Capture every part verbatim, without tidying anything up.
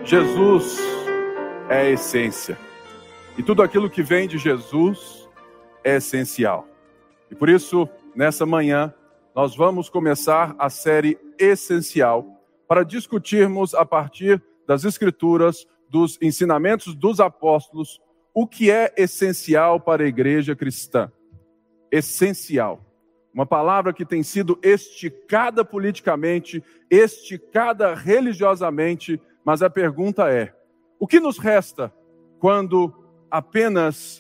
Jesus é a essência. E tudo aquilo que vem de Jesus é essencial. E por isso, nessa manhã, nós vamos começar a série Essencial para discutirmos a partir das Escrituras, dos ensinamentos dos apóstolos, o que é essencial para a igreja cristã. Essencial. Uma palavra que tem sido esticada politicamente, esticada religiosamente, mas a pergunta é: o que nos resta quando apenas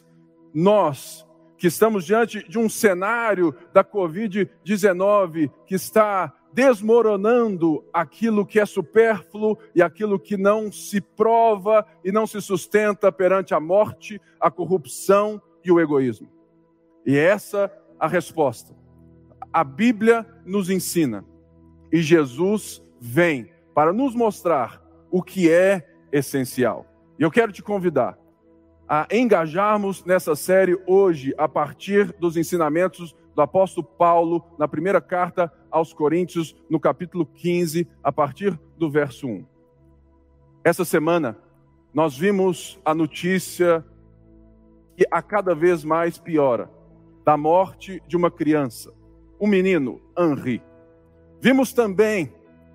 nós, que estamos diante de um cenário da covid dezenove que está desmoronando aquilo que é supérfluo e aquilo que não se prova e não se sustenta perante a morte, a corrupção e o egoísmo? E essa é a resposta. A Bíblia nos ensina e Jesus vem para nos mostrar o que é essencial. E eu quero te convidar a engajarmos nessa série hoje a partir dos ensinamentos do apóstolo Paulo na primeira carta aos Coríntios, no capítulo quinze, a partir do verso um. Essa semana nós vimos a notícia que a cada vez mais piora, da morte de uma criança, um menino, Henri. Vimos também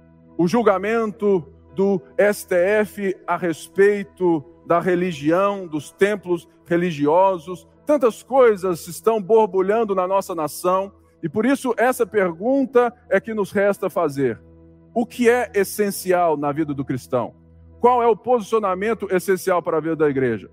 o julgamento do S T F a respeito da religião, dos templos religiosos. Tantas coisas estão borbulhando na nossa nação e por isso essa pergunta é que nos resta fazer. O que é essencial na vida do cristão? Qual é o posicionamento essencial para a vida da igreja?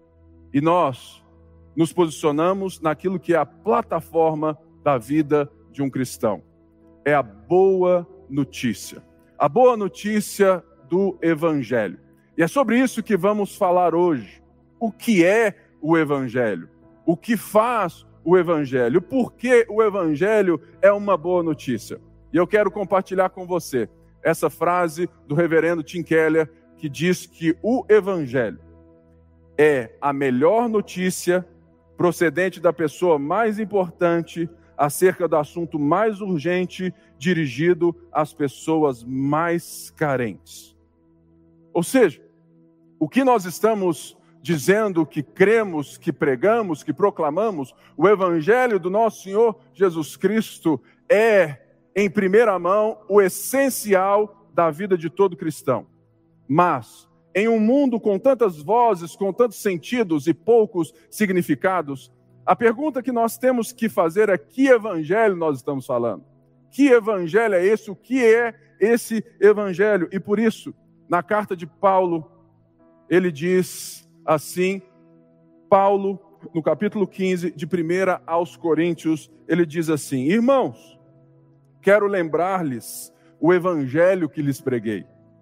E nós nos posicionamos naquilo que é a plataforma da vida de um cristão. É a boa notícia. A boa notícia do Evangelho. E é sobre isso que vamos falar hoje. O que é o Evangelho? O que faz o Evangelho? Por que o Evangelho é uma boa notícia? E eu quero compartilhar com você essa frase do reverendo Tim Keller, que diz que o Evangelho é a melhor notícia procedente da pessoa mais importante acerca do assunto mais urgente dirigido às pessoas mais carentes. Ou seja, o que nós estamos dizendo que cremos, que pregamos, que proclamamos, o Evangelho do nosso Senhor Jesus Cristo é, em primeira mão, o essencial da vida de todo cristão. Mas, em um mundo com tantas vozes, com tantos sentidos e poucos significados, a pergunta que nós temos que fazer é: que evangelho nós estamos falando? Que evangelho é esse? O que é esse evangelho? E por isso, na carta de Paulo, ele diz assim, Paulo, no capítulo quinze, de primeira aos Coríntios, ele diz assim: irmãos, quero lembrar-lhes o evangelho que lhes preguei,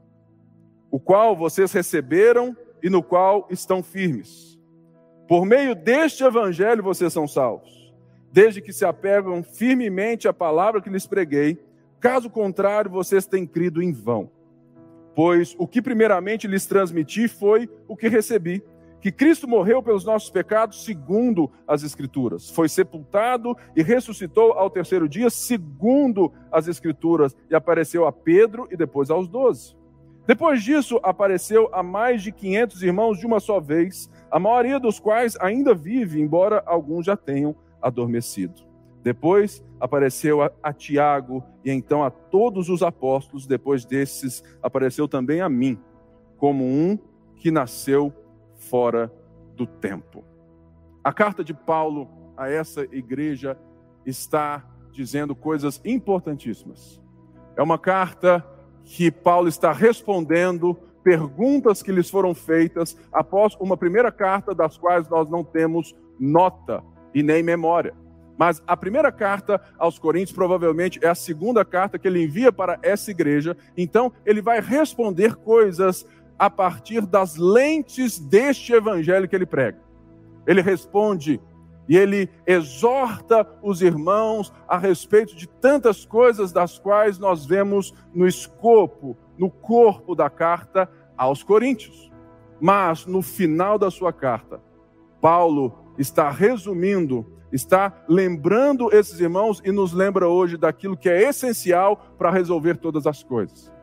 o qual vocês receberam e no qual estão firmes. Por meio deste evangelho vocês são salvos, desde que se apegam firmemente à palavra que lhes preguei. Caso contrário, vocês têm crido em vão. Pois o que primeiramente lhes transmiti foi o que recebi, que Cristo morreu pelos nossos pecados segundo as Escrituras, foi sepultado e ressuscitou ao terceiro dia segundo as Escrituras, e apareceu a Pedro e depois aos doze. Depois disso, apareceu a mais de quinhentos irmãos de uma só vez, a maioria dos quais ainda vive, embora alguns já tenham adormecido. Depois apareceu a, a Tiago e então a todos os apóstolos. Depois desses, apareceu também a mim, como um que nasceu fora do tempo. A carta de Paulo a essa igreja está dizendo coisas importantíssimas. É uma carta que Paulo está respondendo perguntas que lhes foram feitas após uma primeira carta das quais nós não temos nota e nem memória. Mas a primeira carta aos Coríntios provavelmente é a segunda carta que ele envia para essa igreja. Então ele vai responder coisas a partir das lentes deste evangelho que ele prega. Ele responde e ele exorta os irmãos a respeito de tantas coisas das quais nós vemos no escopo, no corpo da carta aos Coríntios. Mas no final da sua carta, Paulo está resumindo, está lembrando esses irmãos e nos lembra hoje daquilo que é essencial para resolver todas as coisas.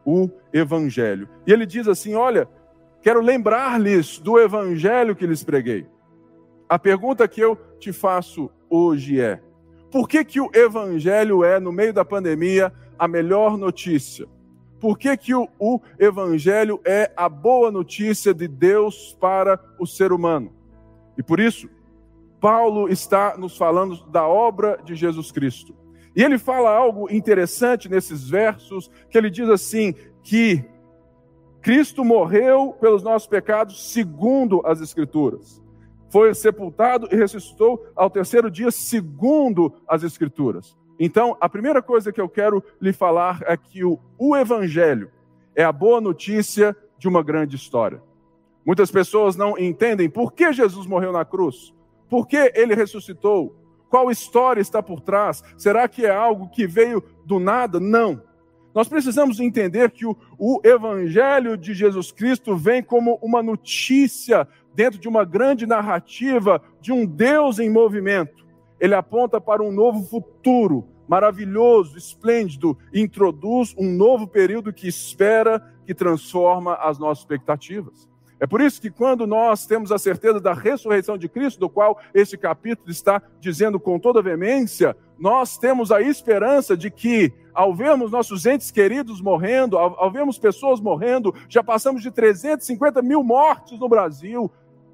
o Evangelho. E ele diz assim, olha, quero lembrar-lhes do Evangelho que lhes preguei. A pergunta que eu te faço hoje é, por que que o Evangelho é, no meio da pandemia, a melhor notícia? Por que que o, o Evangelho é a boa notícia de Deus para o ser humano? E por isso, Paulo está nos falando da obra de Jesus Cristo. E ele fala algo interessante nesses versos, que ele diz assim, que Cristo morreu pelos nossos pecados segundo as Escrituras. Foi sepultado e ressuscitou ao terceiro dia segundo as Escrituras. Então, a primeira coisa que eu quero lhe falar é que o, o Evangelho é a boa notícia de uma grande história. Muitas pessoas não entendem por que Jesus morreu na cruz, por que ele ressuscitou, qual história está por trás, será que é algo que veio do nada? Não. Nós precisamos entender que o, o Evangelho de Jesus Cristo vem como uma notícia dentro de uma grande narrativa de um Deus em movimento. Ele aponta para um novo futuro, maravilhoso, esplêndido, e introduz um novo período que espera, que transforma as nossas expectativas. É por isso que quando nós temos a certeza da ressurreição de Cristo, do qual este capítulo está dizendo com toda veemência, nós temos a esperança de que, ao vermos nossos entes queridos morrendo, ao, ao vermos pessoas morrendo, já passamos de trezentos e cinquenta mil mortes no Brasil,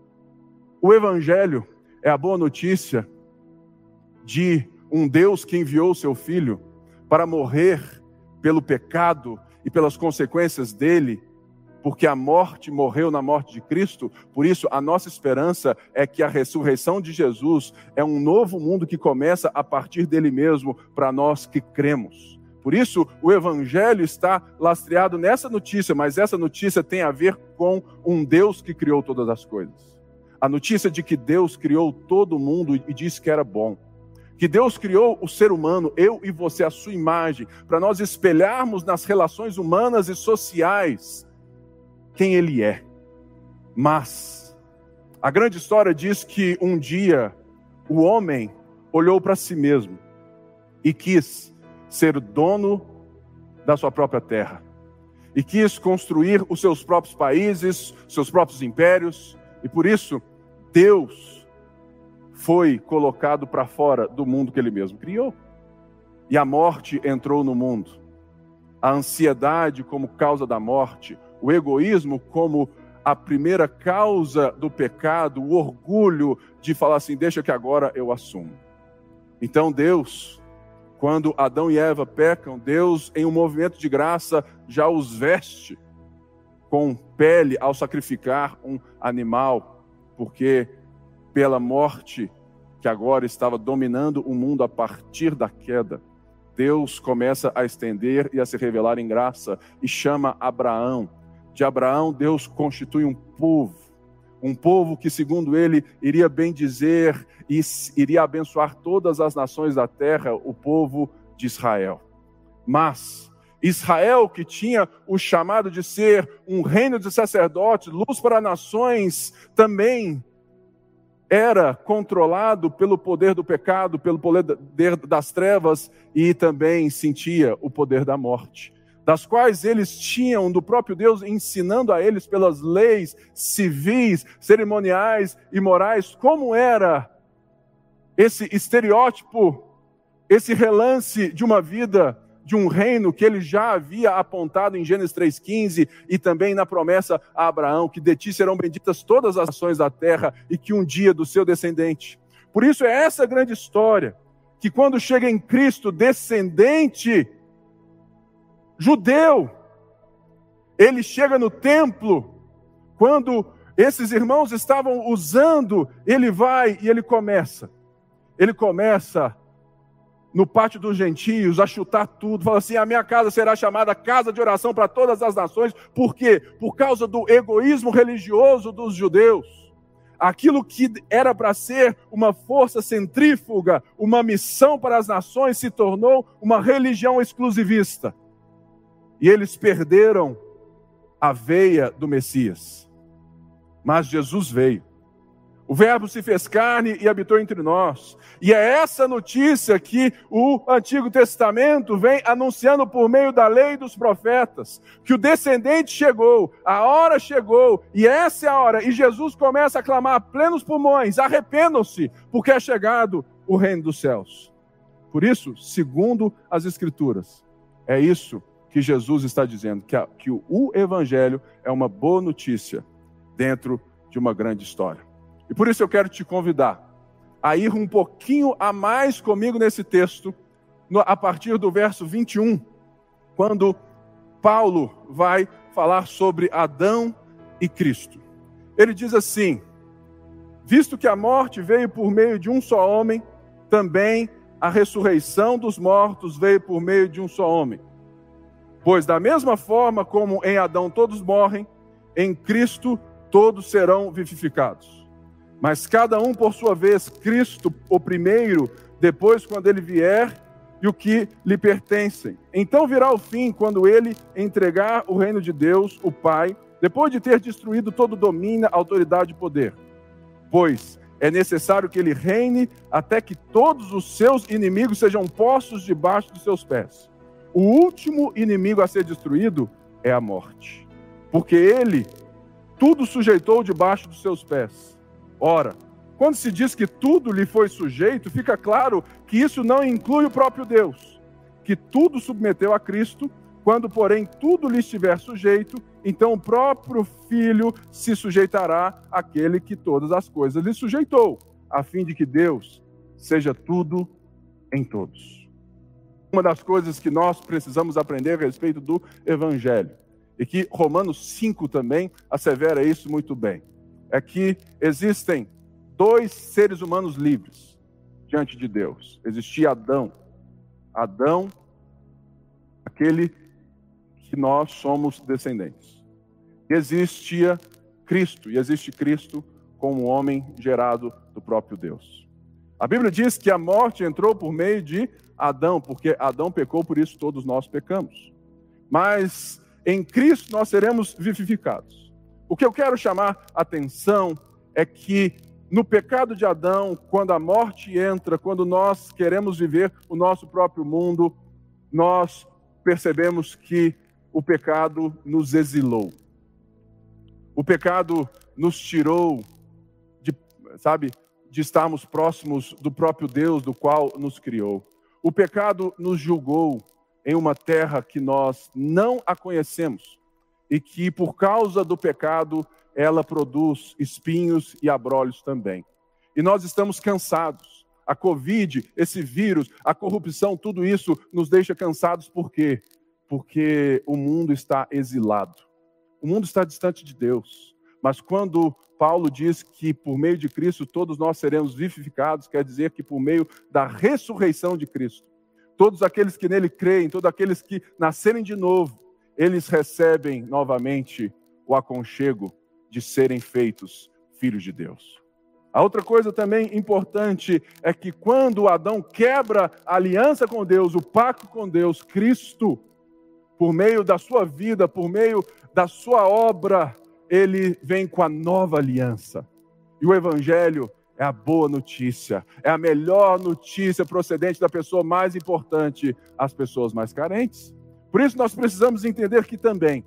o Evangelho é a boa notícia de um Deus que enviou o seu Filho para morrer pelo pecado e pelas consequências dele, porque a morte morreu na morte de Cristo. Por isso, a nossa esperança é que a ressurreição de Jesus é um novo mundo que começa a partir dele mesmo para nós que cremos. Por isso, o Evangelho está lastreado nessa notícia, mas essa notícia tem a ver com um Deus que criou todas as coisas. A notícia de que Deus criou todo mundo e disse que era bom. Que Deus criou o ser humano, eu e você, a sua imagem, para nós espelharmos nas relações humanas e sociais quem Ele é. Mas a grande história diz que um dia o homem olhou para si mesmo e quis ser o dono da sua própria terra. E quis construir os seus próprios países, seus próprios impérios. E por isso, Deus foi colocado para fora do mundo que Ele mesmo criou. E a morte entrou no mundo. A ansiedade como causa da morte, o egoísmo como a primeira causa do pecado, o orgulho de falar assim, deixa que agora eu assumo. Então Deus, quando Adão e Eva pecam, Deus em um movimento de graça já os veste com pele ao sacrificar um animal, porque pela morte que agora estava dominando o mundo a partir da queda, Deus começa a estender e a se revelar em graça e chama Abraão. De Abraão, Deus constitui um povo, um povo que, segundo ele, iria bendizer e iria abençoar todas as nações da terra, o povo de Israel. Mas Israel, que tinha o chamado de ser um reino de sacerdotes, luz para nações, também era controlado pelo poder do pecado, pelo poder das trevas e também sentia o poder da morte, das quais eles tinham do próprio Deus ensinando a eles pelas leis civis, cerimoniais e morais, como era esse estereótipo, esse relance de uma vida, de um reino que ele já havia apontado em Gênesis três quinze e também na promessa a Abraão, que de ti serão benditas todas as nações da terra e que um dia do seu descendente. Por isso é essa grande história, que quando chega em Cristo, descendente judeu, ele chega no templo, quando esses irmãos estavam usando, ele vai e ele começa, ele começa no pátio dos gentios, a chutar tudo, fala assim, a minha casa será chamada casa de oração para todas as nações. Por quê? Por causa do egoísmo religioso dos judeus. Aquilo que era para ser uma força centrífuga, uma missão para as nações, se tornou uma religião exclusivista. E eles perderam a veia do Messias. Mas Jesus veio. O Verbo se fez carne e habitou entre nós. E é essa notícia que o Antigo Testamento vem anunciando por meio da lei e dos profetas. Que o descendente chegou, a hora chegou, e essa é a hora. E Jesus começa a clamar a plenos pulmões: arrependam-se, porque é chegado o reino dos céus. Por isso, segundo as Escrituras, é isso que Jesus está dizendo, que, a, que o, o Evangelho é uma boa notícia dentro de uma grande história. E por isso eu quero te convidar a ir um pouquinho a mais comigo nesse texto, no, a partir do verso vinte e um, quando Paulo vai falar sobre Adão e Cristo. Ele diz assim: visto que a morte veio por meio de um só homem, também a ressurreição dos mortos veio por meio de um só homem. Pois da mesma forma como em Adão todos morrem, em Cristo todos serão vivificados. Mas cada um por sua vez, Cristo o primeiro, depois quando ele vier, e o que lhe pertencem. Então virá o fim, quando ele entregar o reino de Deus, o Pai, depois de ter destruído todo domínio, autoridade e poder. Pois é necessário que ele reine até que todos os seus inimigos sejam postos debaixo dos seus pés. O último inimigo a ser destruído é a morte, porque ele tudo sujeitou debaixo dos seus pés. Ora, quando se diz que tudo lhe foi sujeito, fica claro que isso não inclui o próprio Deus, que tudo submeteu a Cristo. Quando, porém, tudo lhe estiver sujeito, então o próprio Filho se sujeitará àquele que todas as coisas lhe sujeitou, a fim de que Deus seja tudo em todos. Uma das coisas que nós precisamos aprender a respeito do Evangelho, e que Romanos cinco também assevera isso muito bem, é que existem dois seres humanos livres diante de Deus. Existia Adão. Adão, aquele que nós somos descendentes. E existia Cristo, e existe Cristo como homem gerado do próprio Deus. A Bíblia diz que a morte entrou por meio de Adão, porque Adão pecou, por isso todos nós pecamos. Mas em Cristo nós seremos vivificados. O que eu quero chamar a atenção é que no pecado de Adão, quando a morte entra, quando nós queremos viver o nosso próprio mundo, nós percebemos que o pecado nos exilou. O pecado nos tirou de, sabe, de estarmos próximos do próprio Deus, do qual nos criou. O pecado nos julgou em uma terra que nós não a conhecemos e que, por causa do pecado, ela produz espinhos e abrolhos também. E nós estamos cansados. A Covid, esse vírus, a corrupção, tudo isso nos deixa cansados. Por quê? Porque o mundo está exilado. O mundo está distante de Deus. Mas quando Paulo diz que por meio de Cristo todos nós seremos vivificados, quer dizer que por meio da ressurreição de Cristo, todos aqueles que nele creem, todos aqueles que nascerem de novo, eles recebem novamente o aconchego de serem feitos filhos de Deus. A outra coisa também importante é que quando Adão quebra a aliança com Deus, o pacto com Deus, Cristo, por meio da sua vida, por meio da sua obra, ele vem com a nova aliança. E o Evangelho é a boa notícia, é a melhor notícia procedente da pessoa mais importante às pessoas mais carentes. Por isso nós precisamos entender que também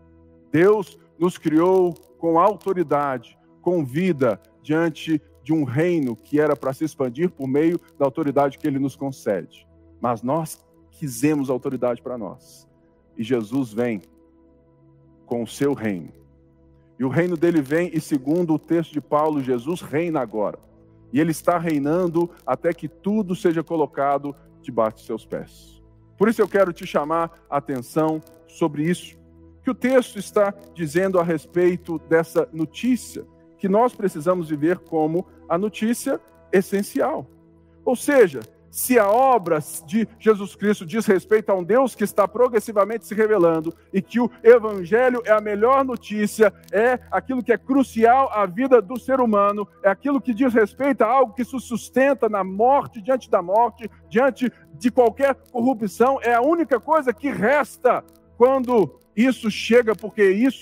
Deus nos criou com autoridade, com vida, diante de um reino que era para se expandir por meio da autoridade que Ele nos concede. Mas nós quisemos autoridade para nós. E Jesus vem com o seu reino. E o reino dele vem, e segundo o texto de Paulo, Jesus reina agora. E ele está reinando até que tudo seja colocado debaixo de seus pés. Por isso eu quero te chamar a atenção sobre isso, que o texto está dizendo a respeito dessa notícia, que nós precisamos viver como a notícia essencial. Ou seja, se a obra de Jesus Cristo diz respeito a um Deus que está progressivamente se revelando e que o Evangelho é a melhor notícia, é aquilo que é crucial à vida do ser humano, é aquilo que diz respeito a algo que se sustenta na morte, diante da morte, diante de qualquer corrupção, é a única coisa que resta quando isso chega, porque isso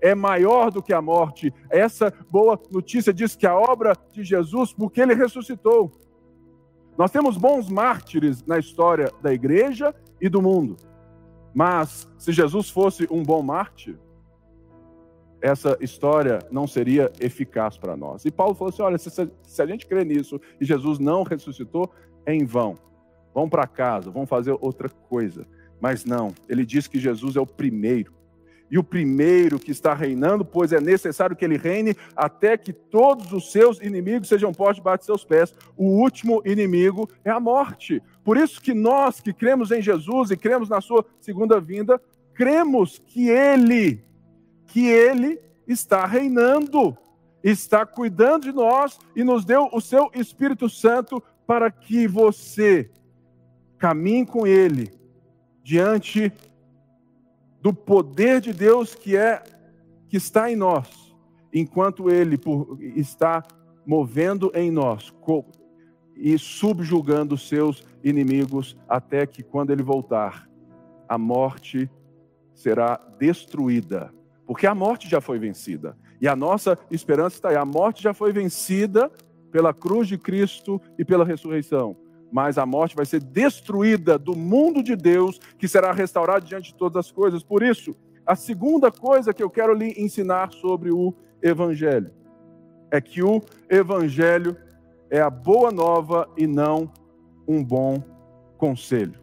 é maior do que a morte. Essa boa notícia diz que a obra de Jesus, porque ele ressuscitou. Nós temos bons mártires na história da igreja e do mundo. Mas se Jesus fosse um bom mártir, essa história não seria eficaz para nós. E Paulo falou assim, olha, se, se a gente crê nisso e Jesus não ressuscitou, é em vão. Vão para casa, vão fazer outra coisa. Mas não, ele diz que Jesus é o primeiro. E o primeiro que está reinando, pois é necessário que ele reine até que todos os seus inimigos sejam postos debaixo de seus pés. O último inimigo é a morte. Por isso que nós que cremos em Jesus e cremos na sua segunda vinda, cremos que ele, que ele está reinando, está cuidando de nós e nos deu o seu Espírito Santo para que você caminhe com ele diante do poder de Deus que é que está em nós, enquanto ele por, está movendo em nós e subjugando os seus inimigos, até que quando ele voltar, a morte será destruída, porque a morte já foi vencida, e a nossa esperança está aí. A morte já foi vencida pela cruz de Cristo e pela ressurreição, mas a morte vai ser destruída do mundo de Deus, que será restaurado diante de todas as coisas. Por isso, a segunda coisa que eu quero lhe ensinar sobre o Evangelho é que o Evangelho é a boa nova e não um bom conselho.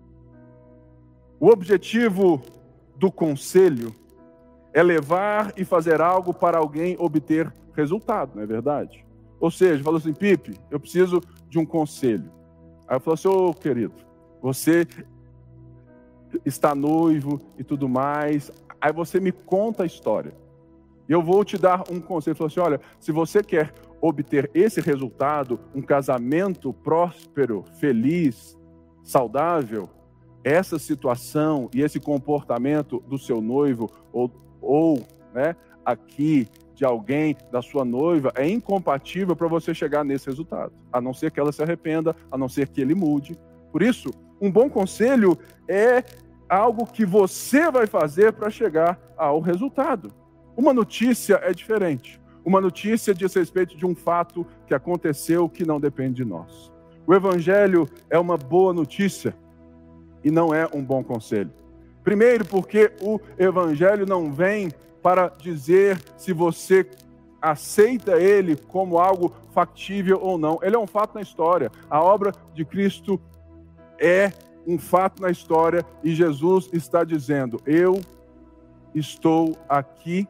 O objetivo do conselho é levar e fazer algo para alguém obter resultado, não é verdade? Ou seja, falou assim, Pipe, eu preciso de um conselho. Aí eu falei assim, ô querido, você está noivo e tudo mais, aí você me conta a história. E eu vou te dar um conselho. Ele falou assim, olha, se você quer obter esse resultado, um casamento próspero, feliz, saudável, essa situação e esse comportamento do seu noivo, ou, ou né, aqui de alguém, da sua noiva, é incompatível para você chegar nesse resultado, a não ser que ela se arrependa, a não ser que ele mude. Por isso, um bom conselho é algo que você vai fazer para chegar ao resultado. Uma notícia é diferente. Uma notícia diz respeito de um fato que aconteceu que não depende de nós. O Evangelho é uma boa notícia e não é um bom conselho. Primeiro, porque o Evangelho não vem para dizer se você aceita ele como algo factível ou não. Ele é um fato na história. A obra de Cristo é um fato na história e Jesus está dizendo, eu estou aqui,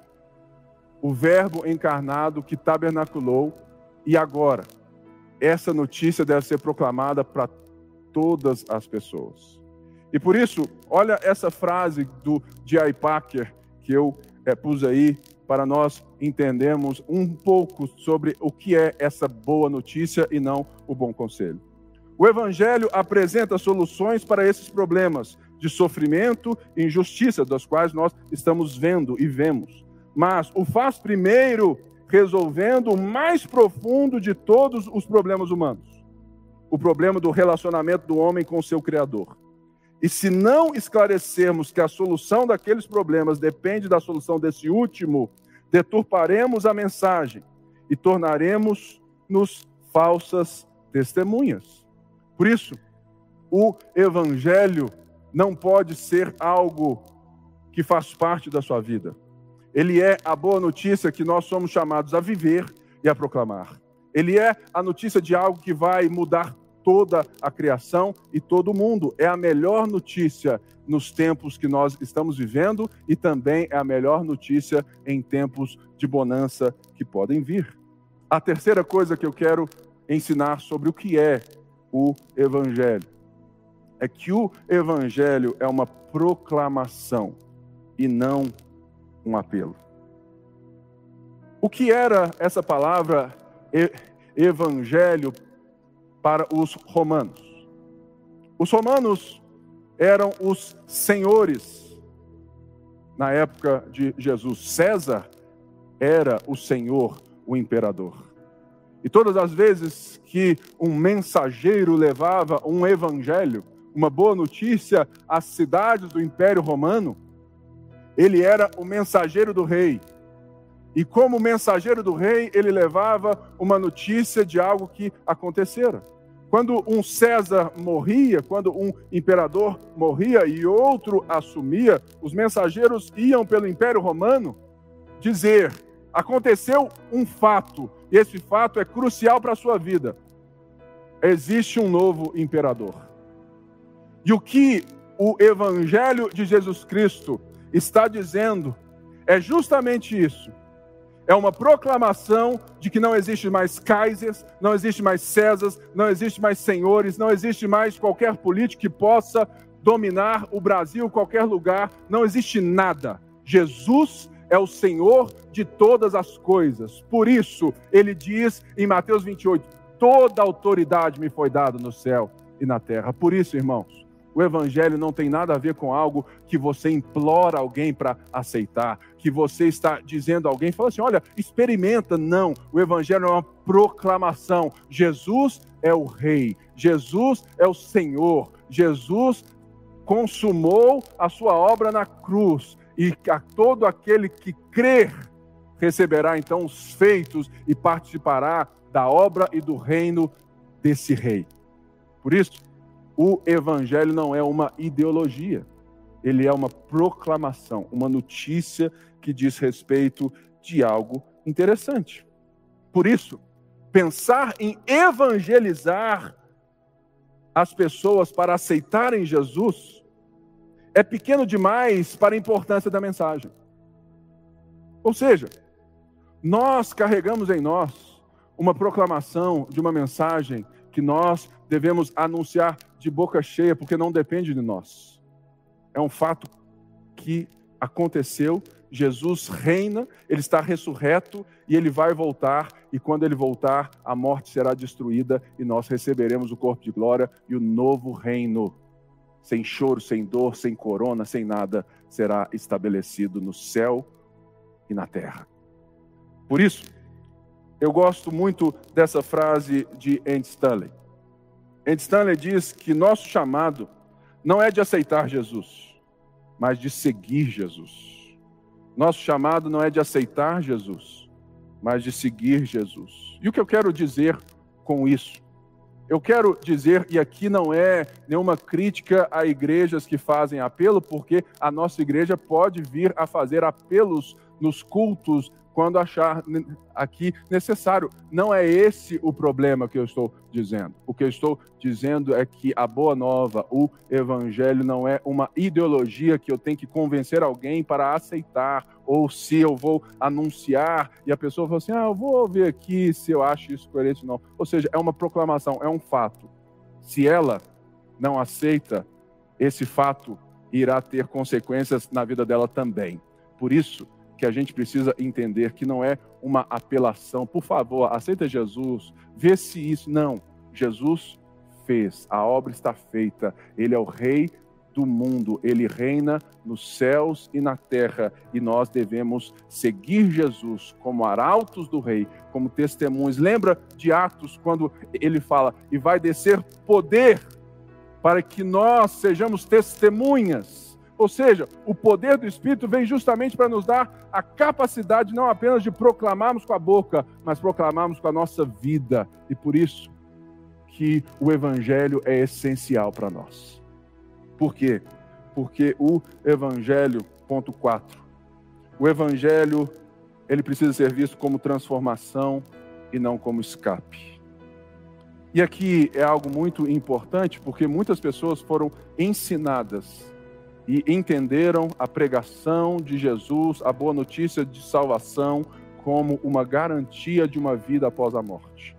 o Verbo encarnado que tabernaculou, e agora essa notícia deve ser proclamada para todas as pessoas. E por isso, olha essa frase do J I Packer que eu é, pus aí para nós entendermos um pouco sobre o que é essa boa notícia e não o bom conselho. O Evangelho apresenta soluções para esses problemas de sofrimento e injustiça, das quais nós estamos vendo e vemos. Mas o faz primeiro resolvendo o mais profundo de todos os problemas humanos. O problema do relacionamento do homem com o seu Criador. E se não esclarecermos que a solução daqueles problemas depende da solução desse último, deturparemos a mensagem e tornaremos-nos falsas testemunhas. Por isso, o Evangelho não pode ser algo que faz parte da sua vida. Ele é a boa notícia que nós somos chamados a viver e a proclamar. Ele é a notícia de algo que vai mudar toda a criação e todo o mundo. É a melhor notícia nos tempos que nós estamos vivendo e também é a melhor notícia em tempos de bonança que podem vir. A terceira coisa que eu quero ensinar sobre o que é o Evangelho é que o Evangelho é uma proclamação e não um apelo. O que era essa palavra Evangelho para os romanos? Os romanos eram os senhores na época de Jesus. César era o senhor, o imperador. E todas as vezes que um mensageiro levava um evangelho, uma boa notícia às cidades do Império Romano, Ele era o mensageiro do rei. E como mensageiro do rei, ele levava uma notícia de algo que acontecera. Quando um César morria, quando um imperador morria e outro assumia, os mensageiros iam pelo Império Romano dizer: aconteceu um fato, e esse fato é crucial para a sua vida. Existe um novo imperador. E o que o Evangelho de Jesus Cristo está dizendo é justamente isso. É uma proclamação de que não existe mais Kaisers, não existe mais Césares, não existe mais senhores, não existe mais qualquer político que possa dominar o Brasil, qualquer lugar. Não existe nada. Jesus é o Senhor de todas as coisas. Por isso, ele diz em Mateus vinte e oito, toda autoridade me foi dada no céu e na terra. Por isso, irmãos, o Evangelho não tem nada a ver com algo que você implora alguém para aceitar, que você está dizendo a alguém, fala assim, olha, experimenta. Não, o Evangelho é uma proclamação. Jesus é o Rei, Jesus é o Senhor, Jesus consumou a sua obra na cruz, e a todo aquele que crer receberá então os feitos e participará da obra e do reino desse Rei. Por isso, o Evangelho não é uma ideologia, ele é uma proclamação, uma notícia que diz respeito de algo interessante. Por isso, pensar em evangelizar as pessoas para aceitarem Jesus é pequeno demais para a importância da mensagem. Ou seja, nós carregamos em nós uma proclamação de uma mensagem que nós devemos anunciar de boca cheia, porque não depende de nós. É um fato que aconteceu, Jesus reina, ele está ressurreto e ele vai voltar, e quando ele voltar, a morte será destruída e nós receberemos o corpo de glória e o novo reino, sem choro, sem dor, sem corona, sem nada, será estabelecido no céu e na terra. Por isso, eu gosto muito dessa frase de Andy Stanley. Andy Stanley diz que nosso chamado não é de aceitar Jesus, mas de seguir Jesus. Nosso chamado não é de aceitar Jesus, mas de seguir Jesus. E o que eu quero dizer com isso? Eu quero dizer, e aqui não é nenhuma crítica a igrejas que fazem apelo, porque a nossa igreja pode vir a fazer apelos nos cultos quando achar aqui necessário. Não é esse o problema que eu estou dizendo. O que eu estou dizendo é que a boa nova, o Evangelho, não é uma ideologia que eu tenho que convencer alguém para aceitar, ou se eu vou anunciar e a pessoa fala assim, ah, eu vou ver aqui se eu acho isso coerente ou não. Ou seja, é uma proclamação, é um fato. Se ela não aceita, esse fato irá ter consequências na vida dela também. Por isso que a gente precisa entender que não é uma apelação, por favor, aceita Jesus, vê se isso, não, Jesus fez, a obra está feita, ele é o Rei do mundo, ele reina nos céus e na terra, e nós devemos seguir Jesus como arautos do Rei, como testemunhos. Lembra de Atos, quando ele fala, e vai descer poder para que nós sejamos testemunhas. Ou seja, o poder do Espírito vem justamente para nos dar a capacidade não apenas de proclamarmos com a boca, mas proclamarmos com a nossa vida. E por isso que o Evangelho é essencial para nós. Por quê? Porque o Evangelho, ponto quatro, o Evangelho, ele precisa ser visto como transformação e não como escape. E aqui é algo muito importante, porque muitas pessoas foram ensinadas e entenderam a pregação de Jesus, a boa notícia de salvação, como uma garantia de uma vida após a morte.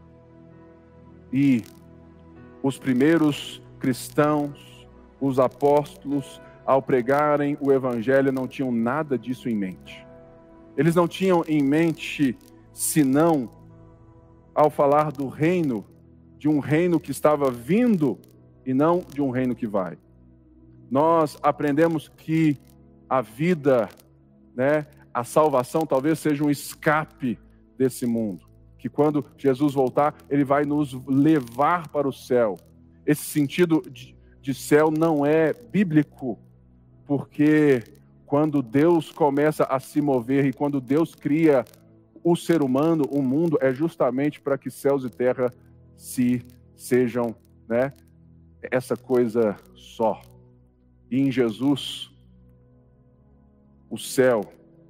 E os primeiros cristãos, os apóstolos, ao pregarem o Evangelho, não tinham nada disso em mente. Eles não tinham em mente, senão, ao falar do reino, de um reino que estava vindo e não de um reino que vai. Nós aprendemos que a vida, né, a salvação talvez seja um escape desse mundo. Que quando Jesus voltar, ele vai nos levar para o céu. Esse sentido de, de céu não é bíblico, porque quando Deus começa a se mover e quando Deus cria o ser humano, o mundo, é justamente para que céus e terra se sejam, né, essa coisa só. E em Jesus, o céu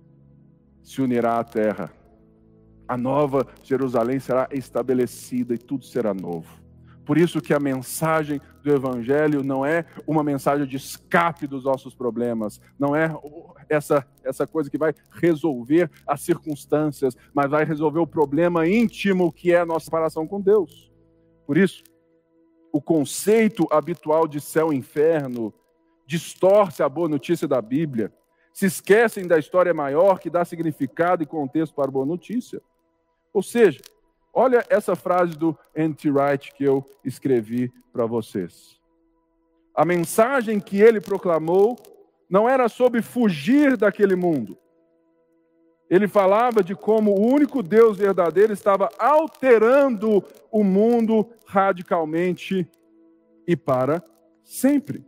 se unirá à terra. A nova Jerusalém será estabelecida e tudo será novo. Por isso que a mensagem do Evangelho não é uma mensagem de escape dos nossos problemas, não é essa, essa coisa que vai resolver as circunstâncias, mas vai resolver o problema íntimo que é a nossa separação com Deus. Por isso, o conceito habitual de céu e inferno distorce a boa notícia da Bíblia. Se esquecem da história maior que dá significado e contexto para a boa notícia. Ou seja, olha essa frase do N T Wright que eu escrevi para vocês. A mensagem que ele proclamou não era sobre fugir daquele mundo. Ele falava de como o único Deus verdadeiro estava alterando o mundo radicalmente e para sempre.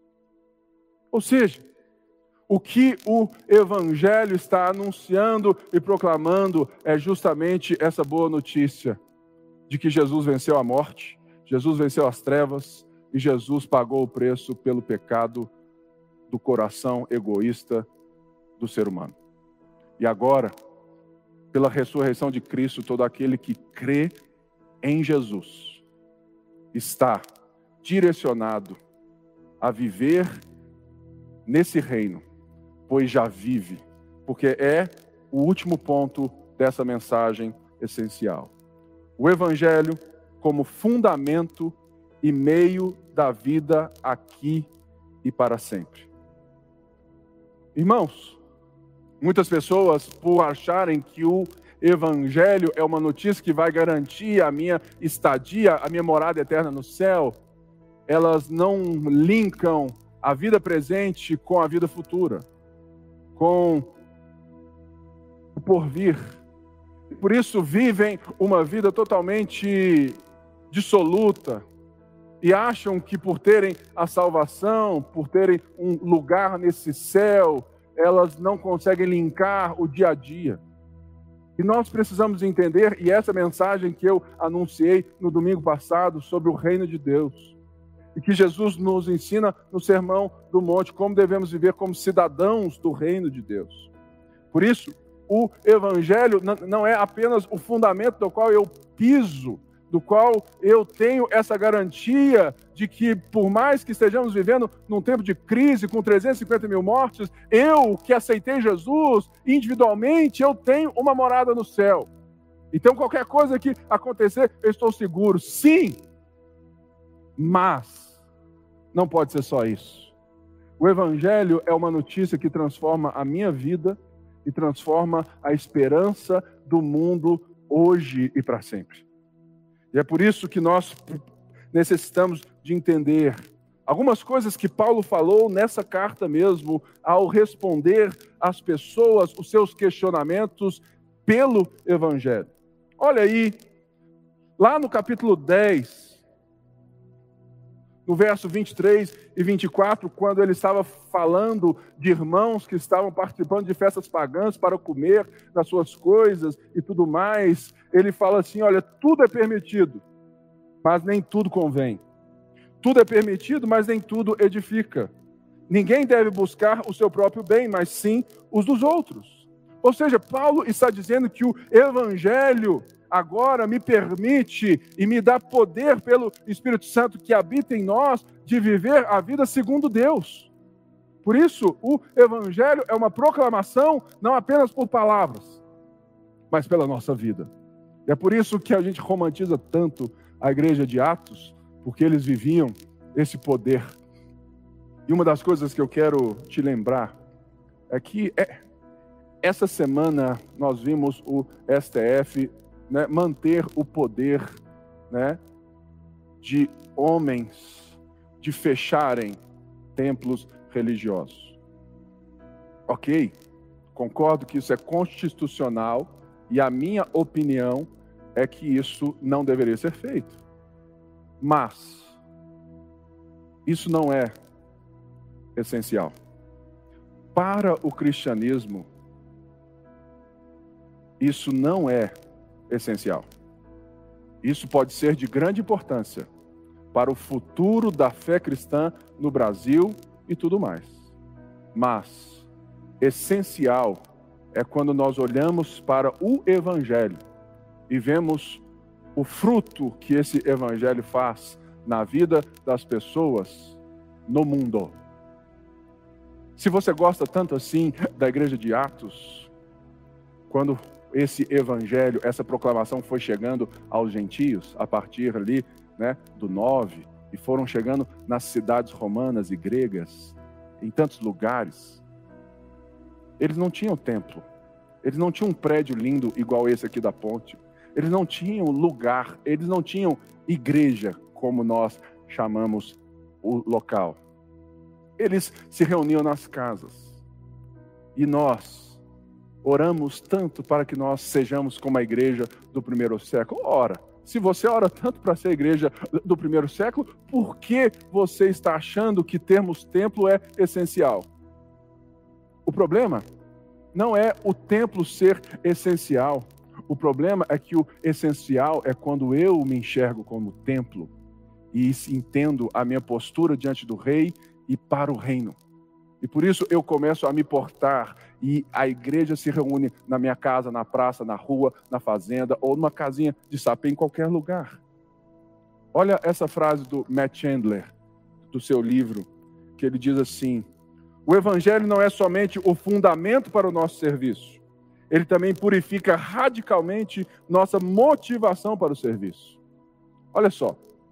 Ou seja, o que o Evangelho está anunciando e proclamando é justamente essa boa notícia de que Jesus venceu a morte, Jesus venceu as trevas e Jesus pagou o preço pelo pecado do coração egoísta do ser humano. E agora, pela ressurreição de Cristo, todo aquele que crê em Jesus está direcionado a viver nesse reino, pois já vive, porque é o último ponto dessa mensagem essencial. O Evangelho como fundamento e meio da vida aqui e para sempre. Irmãos, muitas pessoas, por acharem que o Evangelho é uma notícia que vai garantir a minha estadia, a minha morada eterna no céu, elas não linkam a vida presente com a vida futura, com o porvir. E por isso vivem uma vida totalmente dissoluta e acham que por terem a salvação, por terem um lugar nesse céu, elas não conseguem linkar o dia a dia. E nós precisamos entender, e essa mensagem que eu anunciei no domingo passado sobre o reino de Deus, e que Jesus nos ensina no Sermão do Monte, como devemos viver como cidadãos do reino de Deus. Por isso, o Evangelho não é apenas o fundamento do qual eu piso, do qual eu tenho essa garantia de que, por mais que estejamos vivendo num tempo de crise, com trezentos e cinquenta mil mortes, eu que aceitei Jesus, individualmente, eu tenho uma morada no céu. Então, qualquer coisa que acontecer, eu estou seguro. Sim, mas não pode ser só isso. O Evangelho é uma notícia que transforma a minha vida e transforma a esperança do mundo hoje e para sempre. E é por isso que nós necessitamos de entender algumas coisas que Paulo falou nessa carta mesmo, ao responder às pessoas os seus questionamentos pelo Evangelho. Olha aí, lá no capítulo dez, no verso vinte e três e vinte e quatro, quando ele estava falando de irmãos que estavam participando de festas pagãs para comer das suas coisas e tudo mais, ele fala assim, olha, tudo é permitido, mas nem tudo convém. Tudo é permitido, mas nem tudo edifica. Ninguém deve buscar o seu próprio bem, mas sim os dos outros. Ou seja, Paulo está dizendo que o Evangelho agora me permite e me dá poder pelo Espírito Santo que habita em nós de viver a vida segundo Deus. Por isso, o Evangelho é uma proclamação não apenas por palavras, mas pela nossa vida. E é por isso que a gente romantiza tanto a igreja de Atos, porque eles viviam esse poder. E uma das coisas que eu quero te lembrar é que é, essa semana nós vimos o S T F Né, manter o poder, né, de homens de fecharem templos religiosos. Ok, concordo que isso é constitucional e a minha opinião é que isso não deveria ser feito. Mas isso não é essencial. para o cristianismo, isso não é essencial. Isso pode ser de grande importância para o futuro da fé cristã no Brasil e tudo mais. Mas essencial é quando nós olhamos para o Evangelho e vemos o fruto que esse Evangelho faz na vida das pessoas no mundo. Se você gosta tanto assim da igreja de Atos, quando esse Evangelho, essa proclamação foi chegando aos gentios, a partir ali, né, do nove, e foram chegando nas cidades romanas e gregas, em tantos lugares, eles não tinham templo, eles não tinham um prédio lindo igual esse aqui da ponte, eles não tinham lugar, eles não tinham igreja, como nós chamamos o local. Eles se reuniam nas casas. E nós oramos tanto para que nós sejamos como a igreja do primeiro século. Ora, se você ora tanto para ser a igreja do primeiro século, por que você está achando que termos templo é essencial? O problema não é o templo ser essencial. O problema é que o essencial é quando eu me enxergo como templo e entendo a minha postura diante do rei e para o reino. E por isso eu começo a me portar e a igreja se reúne na minha casa, na praça, na rua, na fazenda ou numa casinha de sapê em qualquer lugar. Olha essa frase do Matt Chandler, do seu livro, que ele diz assim: o evangelho não é somente o fundamento para o nosso serviço, ele também purifica radicalmente nossa motivação para o serviço. Olha só,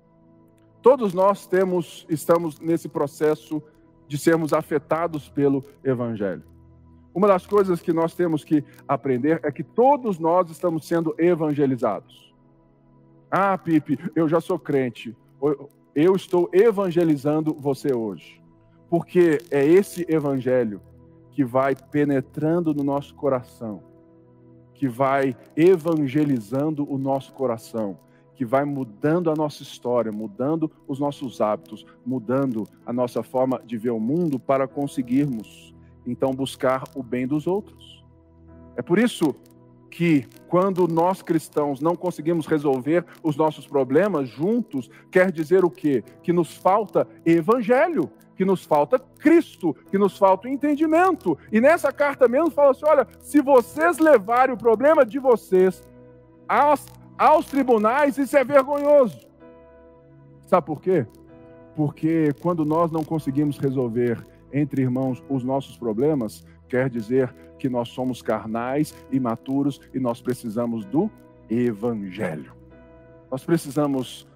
todos nós temos, estamos nesse processo de sermos afetados pelo evangelho. Uma das coisas que nós temos que aprender é que todos nós estamos sendo evangelizados. Ah, Pipe, eu já sou crente, eu estou evangelizando você hoje. Porque é esse evangelho que vai penetrando no nosso coração, que vai evangelizando o nosso coração, que vai mudando a nossa história, mudando os nossos hábitos, mudando a nossa forma de ver o mundo para conseguirmos, então, buscar o bem dos outros. É por isso que, quando nós cristãos não conseguimos resolver os nossos problemas juntos, quer dizer o quê? Que nos falta evangelho, que nos falta Cristo, que nos falta entendimento. E nessa carta mesmo fala assim, olha, se vocês levarem o problema de vocês aos, aos tribunais, isso é vergonhoso. Sabe por quê? Porque quando nós não conseguimos resolver entre irmãos os nossos problemas, quer dizer que nós somos carnais, imaturos e nós precisamos do evangelho. Nós precisamos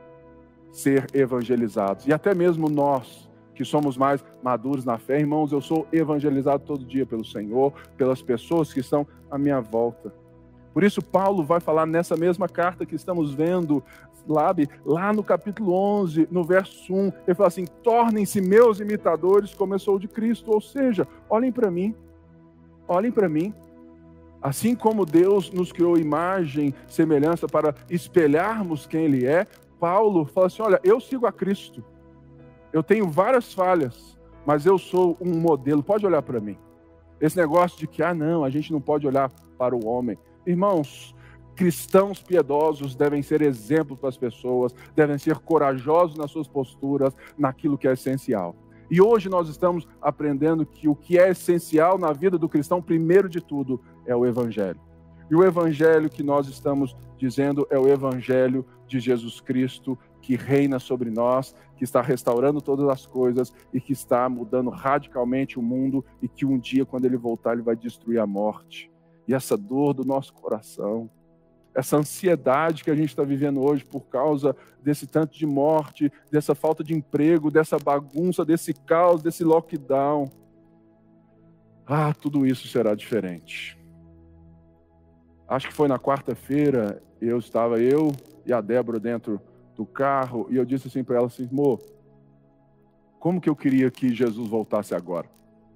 ser evangelizados. E até mesmo nós, que somos mais maduros na fé, irmãos, eu sou evangelizado todo dia pelo Senhor, pelas pessoas que estão à minha volta. Por isso Paulo vai falar nessa mesma carta que estamos vendo, sabe, lá no capítulo onze, no verso um, ele fala assim, tornem-se meus imitadores como eu sou de Cristo. Ou seja, olhem para mim, olhem para mim. Assim como Deus nos criou imagem, semelhança para espelharmos quem Ele é, Paulo fala assim, olha, eu sigo a Cristo. Eu tenho várias falhas, mas eu sou um modelo, pode olhar para mim. Esse negócio de que, ah não, a gente não pode olhar para o homem. Irmãos, cristãos piedosos devem ser exemplos para as pessoas, devem ser corajosos nas suas posturas, naquilo que é essencial. E hoje nós estamos aprendendo que o que é essencial na vida do cristão, primeiro de tudo, é o evangelho. E o evangelho que nós estamos dizendo é o evangelho de Jesus Cristo, que reina sobre nós, que está restaurando todas as coisas e que está mudando radicalmente o mundo e que um dia, quando ele voltar, ele vai destruir a morte. E essa dor do nosso coração, essa ansiedade que a gente está vivendo hoje por causa desse tanto de morte, dessa falta de emprego, dessa bagunça, desse caos, desse lockdown. Ah, tudo isso será diferente. Acho que foi na quarta-feira, eu estava, eu e a Débora dentro do carro, e eu disse assim para ela assim, amor, como que eu queria que Jesus voltasse agora?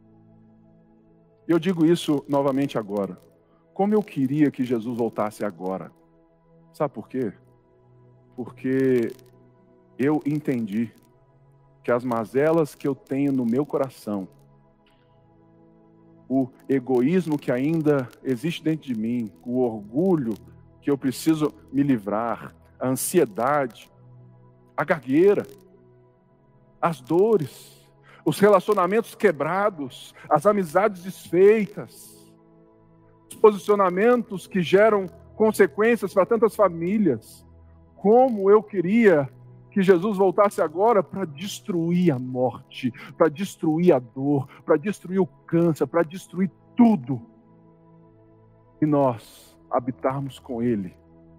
Eu digo isso novamente agora. Como eu queria que Jesus voltasse agora. Sabe por quê? Porque eu entendi que as mazelas que eu tenho no meu coração o egoísmo que ainda existe dentro de mim, o orgulho que eu preciso me livrar, a ansiedade, a gagueira, as dores, os relacionamentos quebrados, as amizades desfeitas, os posicionamentos que geram consequências para tantas famílias. Como eu queria que Jesus voltasse agora para destruir a morte, para destruir a dor, para destruir o câncer, para destruir tudo. E nós habitarmos com Ele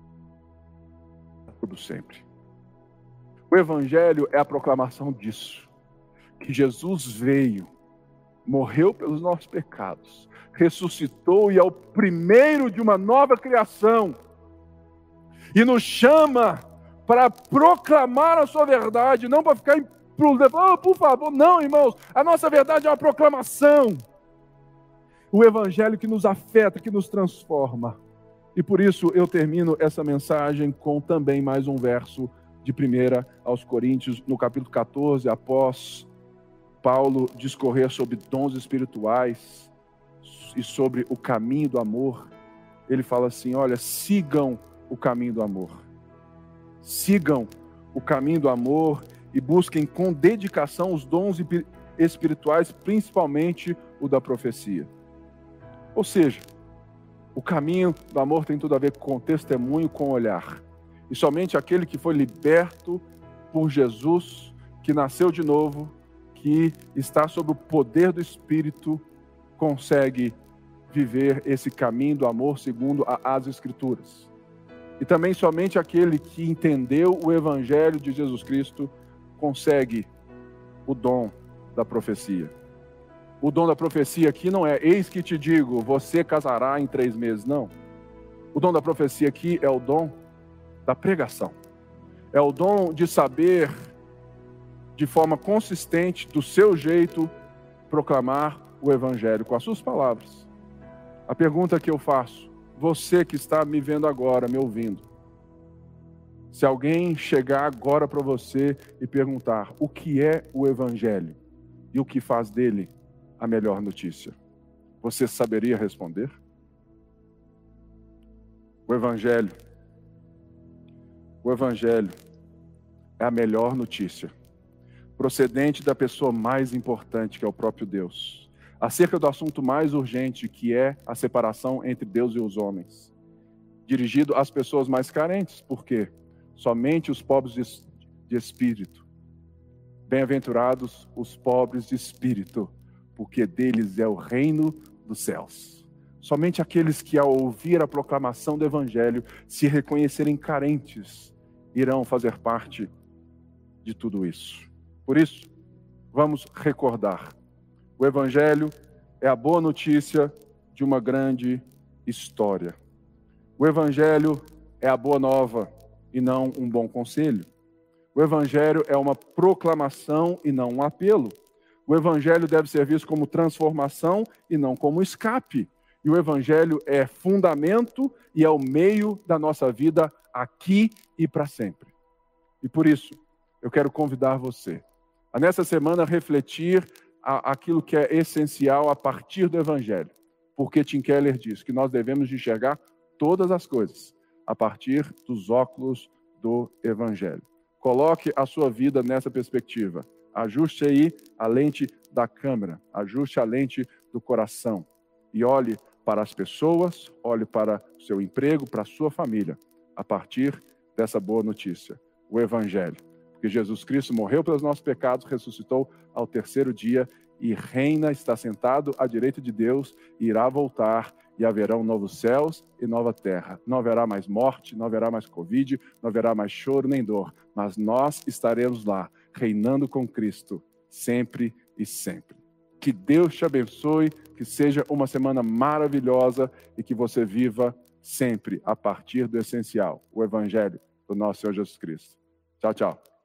para todo sempre. O Evangelho é a proclamação disso. Que Jesus veio, morreu pelos nossos pecados, ressuscitou e é o primeiro de uma nova criação. E nos chama para proclamar a sua verdade, não para ficar em oh, por favor, não, irmãos, a nossa verdade é uma proclamação. O Evangelho que nos afeta, que nos transforma. E por isso eu termino essa mensagem com também mais um verso de primeira aos Coríntios, no capítulo catorze, após Paulo discorrer sobre dons espirituais e sobre o caminho do amor. Ele fala assim, olha, sigam o caminho do amor. Sigam o caminho do amor e busquem com dedicação os dons espirituais, principalmente o da profecia. Ou seja, o caminho do amor tem tudo a ver com testemunho, com olhar. E somente aquele que foi liberto por Jesus, que nasceu de novo, que está sob o poder do Espírito, consegue viver esse caminho do amor segundo as Escrituras. E também somente aquele que entendeu o Evangelho de Jesus Cristo consegue o dom da profecia. O dom da profecia aqui não é, eis que te digo, você casará em três meses, não. O dom da profecia aqui é o dom da pregação. É o dom de saber, de forma consistente, do seu jeito, proclamar o Evangelho com as suas palavras. A pergunta que eu faço, você que está me vendo agora, me ouvindo, se alguém chegar agora para você e perguntar o que é o Evangelho e o que faz dele a melhor notícia, você saberia responder? O Evangelho, o Evangelho é a melhor notícia, procedente da pessoa mais importante, que é o próprio Deus, acerca do assunto mais urgente, que é a separação entre Deus e os homens, dirigido às pessoas mais carentes. Por quê? Somente os pobres de espírito. Bem-aventurados os pobres de espírito, porque deles é o reino dos céus. Somente aqueles que, ao ouvir a proclamação do Evangelho, se reconhecerem carentes, irão fazer parte de tudo isso. Por isso, vamos recordar. O Evangelho é a boa notícia de uma grande história. O Evangelho é a boa nova e não um bom conselho. O Evangelho é uma proclamação e não um apelo. O Evangelho deve ser visto como transformação e não como escape. E o Evangelho é fundamento e é o meio da nossa vida aqui e para sempre. E por isso, eu quero convidar você a nessa semana refletir a, aquilo que é essencial a partir do Evangelho. Porque Tim Keller diz que nós devemos enxergar todas as coisas a partir dos óculos do Evangelho. Coloque a sua vida nessa perspectiva. Ajuste aí a lente da câmera, ajuste a lente do coração e olhe para as pessoas, olhe para o seu emprego, para a sua família, a partir dessa boa notícia, o Evangelho. Porque Jesus Cristo morreu pelos nossos pecados, ressuscitou ao terceiro dia e reina, está sentado à direita de Deus e irá voltar, e haverão novos céus e nova terra. Não haverá mais morte, não haverá mais Covid, não haverá mais choro nem dor, mas nós estaremos lá, reinando com Cristo, sempre e sempre. Que Deus te abençoe, que seja uma semana maravilhosa e que você viva sempre a partir do essencial, o Evangelho do nosso Senhor Jesus Cristo. Tchau, tchau.